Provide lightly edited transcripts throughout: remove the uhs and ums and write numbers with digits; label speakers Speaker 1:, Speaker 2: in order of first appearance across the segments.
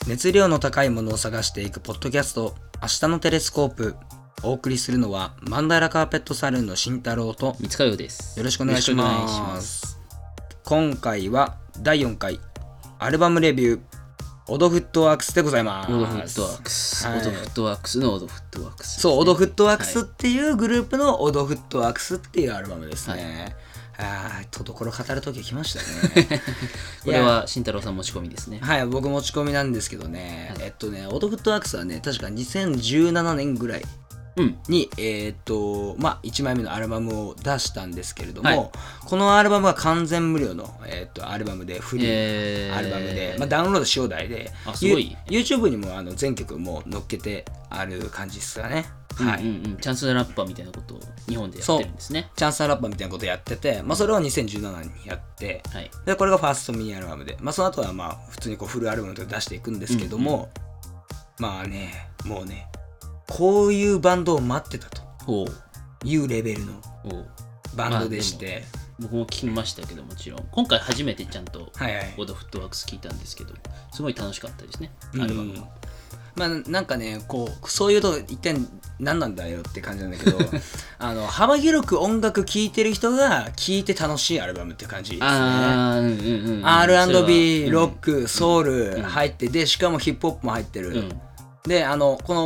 Speaker 1: 熱量の高いものを探していくポッドキャスト、明日のテレスコープ。お送りするのはマンダラカーペットサルーンの慎太郎と
Speaker 2: 三塚洋です。
Speaker 1: よろしくお願いします。今回は第4回アルバムレビューオドフットワークスでございます。
Speaker 2: オドフットワークス、はい、オドフットワークスのオドフットワークス、ね、
Speaker 1: そう、オドフットワークスっていうグループのオドフットワークスっていうアルバムですね。ところ語るとき来ましたね。
Speaker 2: これは慎太郎さん持ち込みですね。
Speaker 1: はい、僕持ち込みなんですけどね、はい、オドフットワークスはね、確か2017年ぐらいに、1枚目のアルバムを出したんですけれども、はい、このアルバムは完全無料の、アルバムで、フリーのアルバムで、ダウンロードし放題で、
Speaker 2: すごい
Speaker 1: YouTube にも全曲も載っけてある感じですかね。はい、
Speaker 2: チャンスラッパーみたいなことを日本でやってるんですね。
Speaker 1: チャンスラッパーみたいなことをやってて、それを2017年にやって、はい、でこれがファーストミニアルバムで、その後は普通にフルアルバムと出していくんですけども、もうね、こういうバンドを待ってたというレベルのバンドでして、
Speaker 2: 僕も聞きましたけど、もちろん今回初めてちゃんとオドフットワークス聞いたんですけど、すごい楽しかったですね、アルバムは。
Speaker 1: なんかね、そういうと一体何なんだよって感じなんだけど幅広く音楽聴いてる人が聴いて楽しいアルバムって感じですね。R&B、ロック、ソウル入って、でしかもヒップホップも入ってる、でこの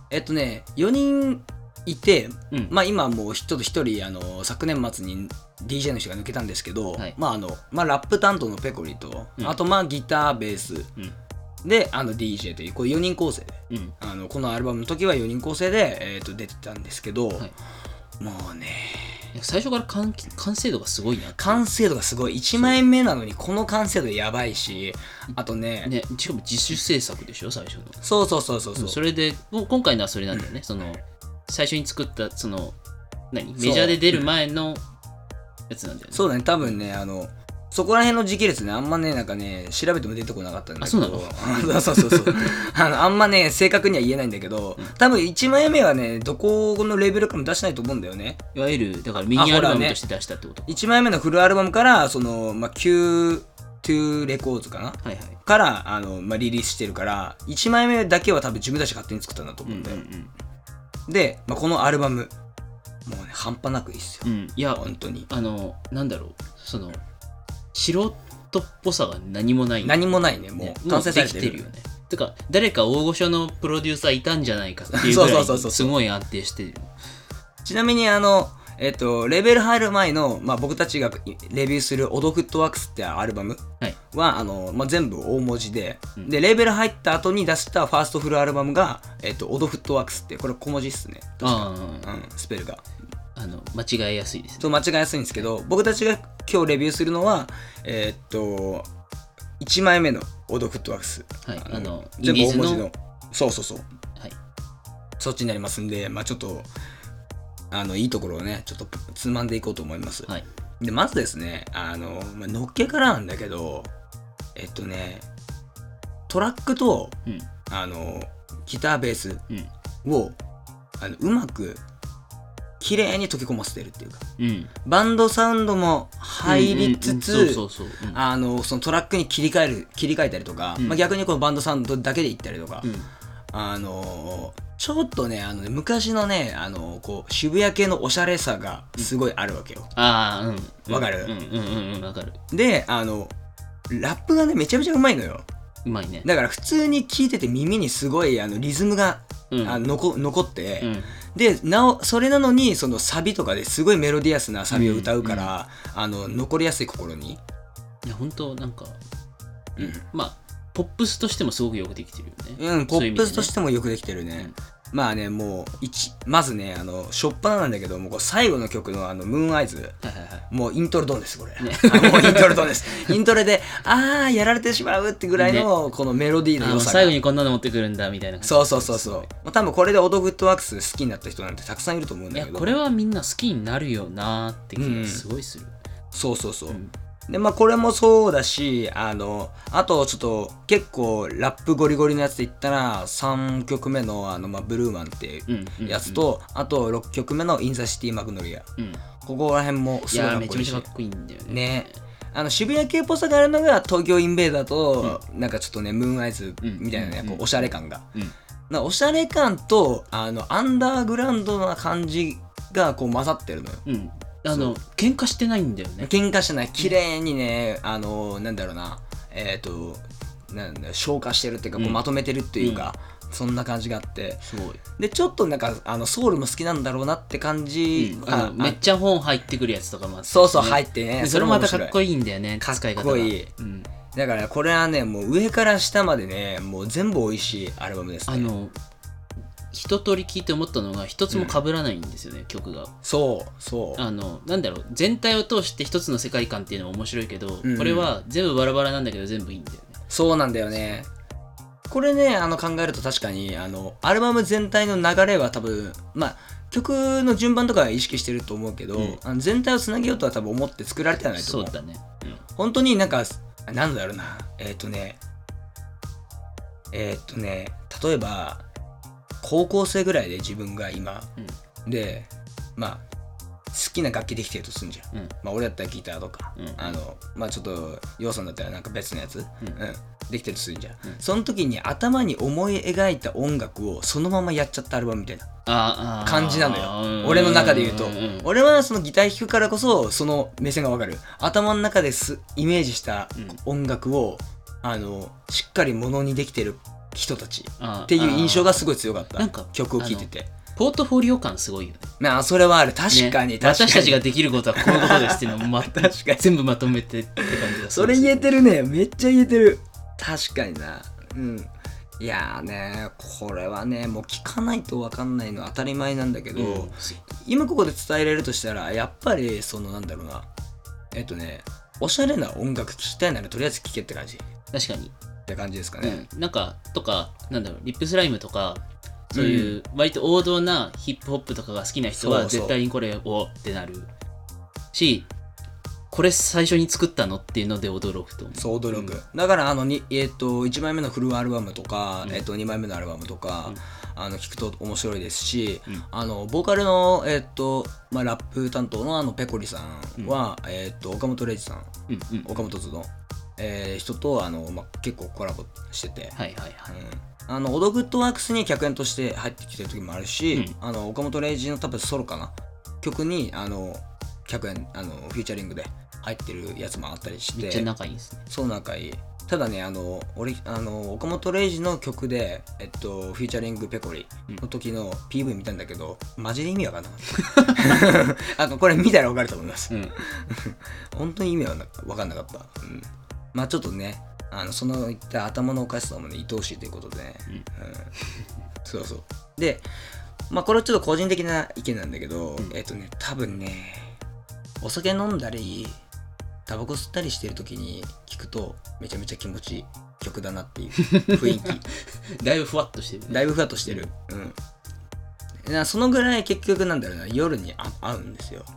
Speaker 1: 4人いて、今もう一人昨年末に DJ の人が抜けたんですけど、はい、ラップ担当のペコリと、あとギターベース、でDJ というこう4人構成で、このアルバムの時は4人構成で、出てたんですけど、はい、もうね
Speaker 2: 最初から完成度がすごいな。
Speaker 1: 完成度がすごい。1枚目なのにこの完成度やばいし、あとね
Speaker 2: しかも自主制作でしょ、最初の。
Speaker 1: そう
Speaker 2: それで今回のはそれなんだよね、最初に作ったメジャーで出る前のやつなんだよね。
Speaker 1: そうだね、多分ねそこら辺の時系列ね、あんまね、調べても出てこなかったんだけど。
Speaker 2: そうなの？
Speaker 1: そうあんまね、正確には言えないんだけど、多分1枚目はね、どこのレベルかも出してないと思うんだよね。
Speaker 2: いわゆる、だからミニアルバムとして出したってこと？
Speaker 1: 1 枚目のフルアルバムから、Q2 レコーズかな、から、リリースしてるから、1枚目だけは多分自分たち勝手に作ったんだと思うんだよ。で、このアルバム、もうね、半端なくいいっすよ。
Speaker 2: いや、
Speaker 1: 本当に。
Speaker 2: なんだろう、素人っぽさが何もない。
Speaker 1: 何もないね、もう完成されてるよね。
Speaker 2: てか誰か大御所のプロデューサーいたんじゃないかっていうぐらいすごい安定してる。
Speaker 1: ちなみにレベル入る前の、僕たちがレビューするオドフットワークスってアルバムは、全部大文字で、でレベル入った後に出したファーストフルアルバムが、オドフットワークスって、これ小文字っすね、確か、スペルが
Speaker 2: 間違いやすいですね。
Speaker 1: そう、間違いやすいんですけど、僕たちが今日レビューするのは1枚目のオドフットワークス、全部大文字の、そう、はい、そっちになりますんで、ちょっといいところをね、ちょっとつまんでいこうと思います。はい、でまずですね、のっけからなんだけど、トラックと、ギターベースを、うまく綺麗に溶け込ませてるっていうか、バンドサウンドも入りつつ、そのトラックに切り替えたりとか、逆にこのバンドサウンドだけでいったりとか、ちょっとね、昔のね、渋谷系のおしゃれさがすごいあるわけよ。わかる？
Speaker 2: わかる。で、
Speaker 1: ラップがね、めちゃめちゃうまいのよ。
Speaker 2: うまいね。
Speaker 1: だから普通に聴いてて耳にすごいリズムが、残って、でそれなのにそのサビとかですごいメロディアスなサビを歌うから、残りやすい心に。
Speaker 2: いや本当なんか、ポップスとしてもすごくよくできてるよね。
Speaker 1: ポップスとしてもよくできてるね。もうまずね、初っ端なんだけど、もう最後の曲のムーンアイズ、もうイントロドンです、これ。もうイントロドンです。イントロでやられてしまうってぐらいのこのメロディーの良さが、
Speaker 2: 最後にこんなの持ってくるんだみたいな感じ。
Speaker 1: そう多分これでオドフットワークス好きになった人なんてたくさんいると思うんだけど、
Speaker 2: いやこれはみんな好きになるよなって気がすごいする。
Speaker 1: そうでこれもそうだし、あとちょっと結構ラップゴリゴリのやつで言ったら3曲目のブルーマンっていうやつと、あと6曲目のインザシティマグノリア、ここら辺もすごいかっこいいし、
Speaker 2: めちゃめちゃかっこいいんだよね。
Speaker 1: 渋谷系っぽさがあるのが東京インベーダーと、なんかちょっとねムーンアイズみたいなね、こうおしゃれ感が、おしゃれ感とアンダーグラウンドな感じがこう混ざってるのよ。
Speaker 2: 喧嘩してないんだよね。
Speaker 1: 喧嘩してない、綺麗にね、なんだろうな、なんだ消化してるっていうか、こうまとめてるっていうか、そんな感じがあって、
Speaker 2: すごい。
Speaker 1: でちょっとなんかソウルも好きなんだろうなって感じ、
Speaker 2: めっちゃ本入ってくるやつとかもあって、ね、
Speaker 1: そうそう入ってね、
Speaker 2: それもまたかっこいいんだよね、
Speaker 1: かっこいい、だからこれはねもう上から下までねもう全部美味しいアルバムですね。
Speaker 2: 一通り聴いて思ったのが一つも被らないんですよね、曲が。
Speaker 1: そう
Speaker 2: なんだろう、全体を通して一つの世界観っていうのも面白いけど、これは全部バラバラなんだけど全部いいんだよね。
Speaker 1: そうなんだよね。これね考えると確かにアルバム全体の流れは多分曲の順番とかは意識してると思うけど、全体をつなげようとは多分思って作られてはないと思う。
Speaker 2: そうだね、
Speaker 1: 本当になんかなんだろうな、例えば高校生ぐらいで自分が今、で好きな楽器できてるとすんじゃん、俺だったらギターとか、ちょっとヨウさんだったらなんか別のやつ、できてるとするじゃん、その時に頭に思い描いた音楽をそのままやっちゃったアルバムみたいな感じなのよ、俺の中で言うと。俺はそのギター弾くからこそその目線が分かる。頭の中でイメージした音楽をしっかりものにできてる人たちっていう印象がすごい強かった。なんか曲を聴いてて
Speaker 2: ポートフォリオ感すごいよね。
Speaker 1: それはある。確かに、
Speaker 2: 私たちができることはこういうことですっていうのを全部まとめてって感じだ。
Speaker 1: それ言えてるね。めっちゃ言えてる。確かにな。いやーね、これはねもう聞かないと分かんないのは当たり前なんだけど、今ここで伝えられるとしたらやっぱりそのなんだろうな、おしゃれな音楽聴きたいならとりあえず聴けって感じ。
Speaker 2: 確かに
Speaker 1: って感じですかね。
Speaker 2: なんかとかなんだろう、リップスライムとかそういう割と王道なヒップホップとかが好きな人は絶対にこれをってなるし、これ最初に作ったのっていうので驚くと思う。
Speaker 1: そう驚く、だから1枚目のフルアルバムとか、2枚目のアルバムとか、聞くと面白いですし、ボーカルの、ラップ担当のペコリさんは、岡本零士さん、岡本図の、人と結構コラボしてて、オドグッドワークスに客演として入ってきてる時もあるし、岡本零士の多分ソロかな曲に客演フューチャリングで入ってるやつもあったりして、
Speaker 2: めっちゃ仲いいですね。
Speaker 1: そう仲いい。ただね俺岡本零士の曲でフューチャリングペコリの時の PV 見たんだけど、マジで意味わかんなかったこれ見たらわかると思います、本当に意味はわかんなかった、ちょっとねそのいった頭のおかしさもね愛おしいということでね、そうそう。でこれはちょっと個人的な意見なんだけど、多分ねお酒飲んだりタバコ吸ったりしてる時に聞くとめちゃめちゃ気持ちいい曲だなっていう雰囲気
Speaker 2: だいぶふわっとしてる、ね、
Speaker 1: だいぶふわっとしてる、そのぐらい結局なんだろうな、夜に合うんですよ。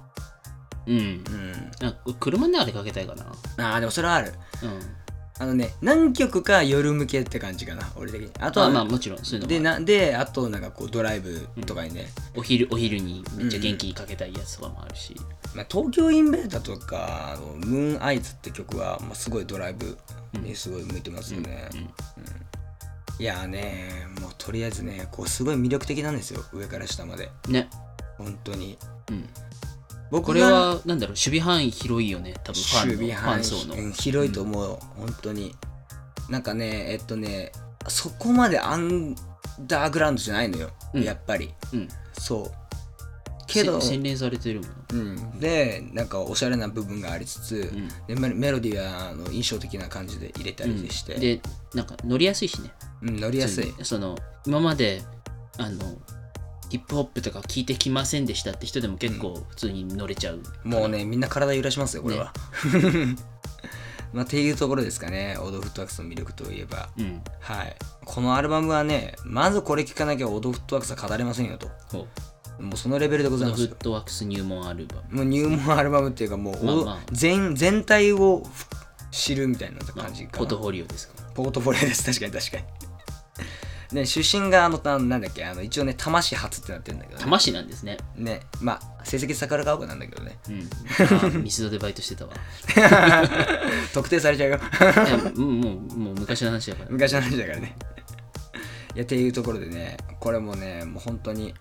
Speaker 2: 車の中でかけたいかな。
Speaker 1: でもそれはある。何曲か夜向けって感じかな俺的に。あとは
Speaker 2: もちろんそういうのも
Speaker 1: であとなんかこうドライブとかにね、
Speaker 2: お昼にめっちゃ元気にかけたいやつとかもあるし、
Speaker 1: 東京インベーダーとかムーンアイズって曲は、すごいドライブにすごい向いてますよね。いやーねもうとりあえずねこうすごい魅力的なんですよ、上から下までね、本当に。
Speaker 2: これはなんだろう、守備範囲広いよね、多分ファン層の、
Speaker 1: 広いと思う、本当に。なんかねそこまでアンダーグラウンドじゃないのよ、やっぱり。そうけど
Speaker 2: 洗練されてるも
Speaker 1: の、でなんかおしゃれな部分がありつつ、でメロディーは印象的な感じで入れたりして、
Speaker 2: でなんか乗りやすいしね。
Speaker 1: 乗りやすい。
Speaker 2: 今までヒップホップとか聞いてきませんでしたって人でも結構普通に乗れちゃう、
Speaker 1: もうねみんな体揺らしますよこれは、っていうところですかね、オードフットワークスの魅力といえば、はい。このアルバムはねまずこれ聴かなきゃオードフットワークスは語れませんよと、もうそのレベルでございます。
Speaker 2: オードフットワークス入門アルバム、
Speaker 1: もう入門アルバムっていうかもう、全体を知るみたいな感じかな。
Speaker 2: ポートフォリオですか。
Speaker 1: ポートフォリオです。確かに出身がなんだっけ一応ね多摩市発ってなってるんだけど、
Speaker 2: 多摩市なんですね。
Speaker 1: 成績桜川丘なんだけどね。
Speaker 2: ミスドでバイトしてたわ。
Speaker 1: 特定されちゃうよ。
Speaker 2: もう昔の話だから。
Speaker 1: 昔の話だからね。いやっていうところでね、これもね、もう本当に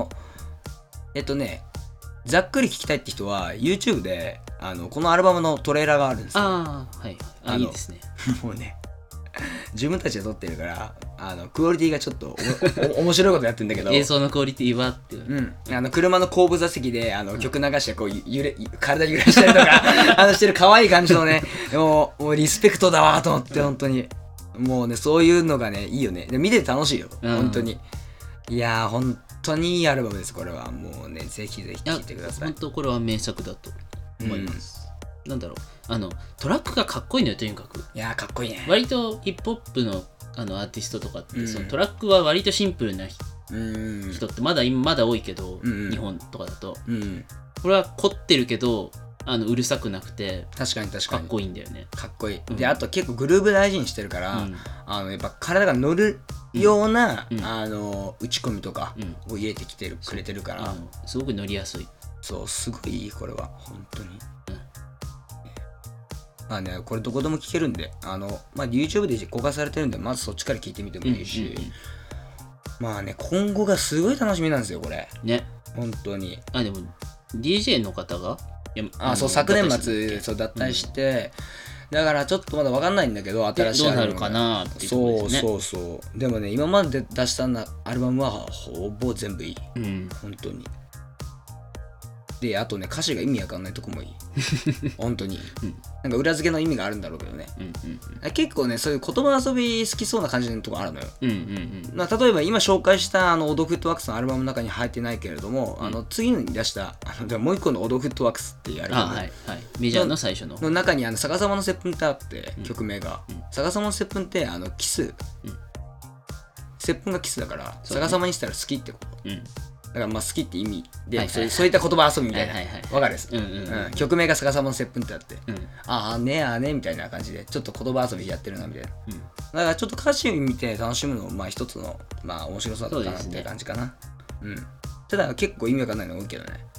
Speaker 1: ざっくり聞きたいって人は YouTube でこのアルバムのトレーラーがあるんですよ。
Speaker 2: いいですね。
Speaker 1: もうね、自分たちで撮ってるからクオリティがちょっと面白いことやってるんだけど、
Speaker 2: 映像のクオリティはっていう、
Speaker 1: 車の後部座席で曲流してこう体揺らしたりとかしてる可愛い感じのね、もうリスペクトだわと思って、本当にもうね、そういうのがねいいよね。で見てて楽しいよ、本当に。いやー、本当にいいアルバムです。これはもうね、ぜひぜひ聴いてください。
Speaker 2: 本当これは名作だと思います。なんだろう、トラックがかっこいいのよ、とにかく。
Speaker 1: いやー、かっこいいね。
Speaker 2: 割とヒップホップのアーティストとかって、そのトラックは割とシンプルな人ってまだ多いけど、日本とかだと、これは凝ってるけどうるさくなくて、
Speaker 1: 確かに
Speaker 2: かっこいいんだよね。
Speaker 1: かっこいい。で、あと結構グルーブ大事にしてるから、やっぱ体が乗るような、打ち込みとかを入れてきてくれてるから、
Speaker 2: すごく乗りやすい。
Speaker 1: そう、すごいいい、これは本当に。まあね、これどこでも聴けるんで、YouTube で公開されてるんで、まずそっちから聴いてみてもいいし、まあね、今後がすごい楽しみなんですよ、これ。
Speaker 2: ね。
Speaker 1: 本当に。
Speaker 2: でも DJ の方が
Speaker 1: そう、昨年末脱退して、だからちょっとまだ分かんないんだけど、新しい
Speaker 2: どうなるかなっていうところですね。
Speaker 1: そうでもね、今まで出したアルバムはほぼ全部いい、本当に。で、あとね、歌詞が意味わかんないとこもいい。本当に。なんか裏付けの意味があるんだろうけどね。結構ね、そういう言葉遊び好きそうな感じのとこあるのよ。例えば今紹介したオドフットワークスのアルバムの中に入ってないけれども、次に出したもう一個のオドフットワークスっていうアルバム、
Speaker 2: メジャーの最初の
Speaker 1: 中に逆さまの接吻ってあって、曲名が。逆さまの接吻ってキス。接吻がキスだから、逆さまにしたら好きってこと。だから好きって意味で、そういった言葉遊びみたいな、わかるです。曲名が逆さまの接吻ってあって、ねみたいな感じで、ちょっと言葉遊びやってるなみたいな。だからちょっと歌詞見て楽しむのも一つの面白さだったかなって感じかな。ただ結構意味わかんないの多いけどね。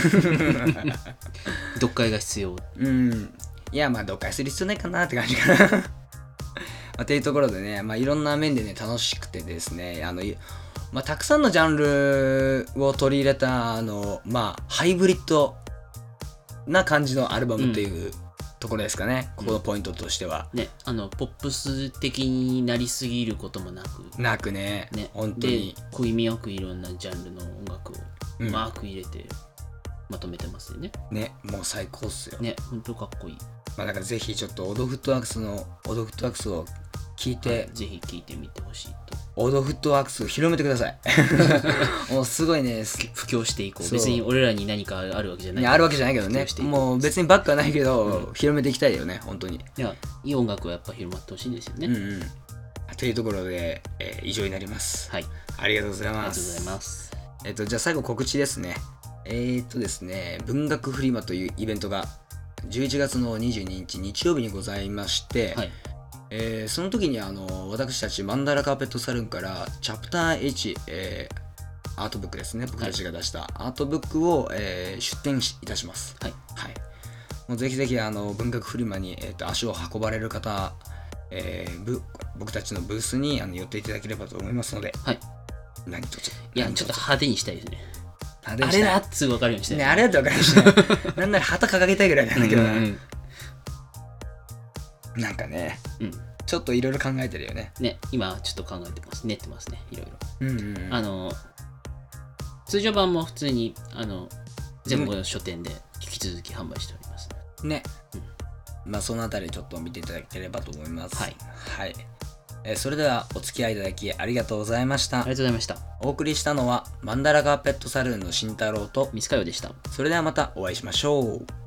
Speaker 2: 読解が必要。
Speaker 1: いや、読解する必要ないかなって感じかな。っていうところでね、いろんな面でね、楽しくてですね、たくさんのジャンルを取り入れたハイブリッドな感じのアルバムっていうところですかね、ここのポイントとしては。
Speaker 2: ね、ポップス的になりすぎることもなく
Speaker 1: ね、本当に。
Speaker 2: 小気味よくいろんなジャンルの音楽をうまく入れてまとめてますよね。
Speaker 1: ね、もう最高っすよ。
Speaker 2: ね、本当かっこいい。
Speaker 1: だからぜひちょっとオドフットワークスを聞いて、
Speaker 2: ぜひ聞いてみてほしいと。
Speaker 1: オドフットワークスを広めてください。もうすごいね、
Speaker 2: 布教していこう。別に俺らに何かあるわけじゃない。
Speaker 1: あるわけじゃないけどね。もう別にバックはないけど、広めていきたいよね、本当に。
Speaker 2: いや、いい音楽はやっぱ広まってほしいですよね。
Speaker 1: というところで、以上になります。
Speaker 2: はい。
Speaker 1: ありがとうございます。
Speaker 2: ありがとうございます。
Speaker 1: じゃあ最後告知ですね。ですね、文学フリマというイベントが11月の22日日曜日にございまして、その時に私たちマンダラカーペットサルーンからチャプター H、アートブックですね、僕たちが出したアートブックを、出展いたします。もうぜひぜひ文学フリマに、足を運ばれる方、僕たちのブースに寄っていただければと思いますので、何とぞ。
Speaker 2: いや、ちょっと派手にしたいですね。
Speaker 1: あ
Speaker 2: れだってすぐ分かるようにして
Speaker 1: ね。あれだって分かるようにして。なんなら旗掲げたいぐらいなんだけどな。なんかね、ちょっといろいろ考えてるよね。
Speaker 2: ね、今ちょっと考えてます。練ってますね、いろいろ。通常版も普通に全部の書店で引き続き販売しております
Speaker 1: ね。そのあたりちょっと見ていただければと思います。それではお付き合いいただきありがとうございました。
Speaker 2: ありがとうございました。
Speaker 1: お送りしたのはマンダラカーペットサルーンの慎太郎と
Speaker 2: 三塚洋でした。
Speaker 1: それではまたお会いしましょう。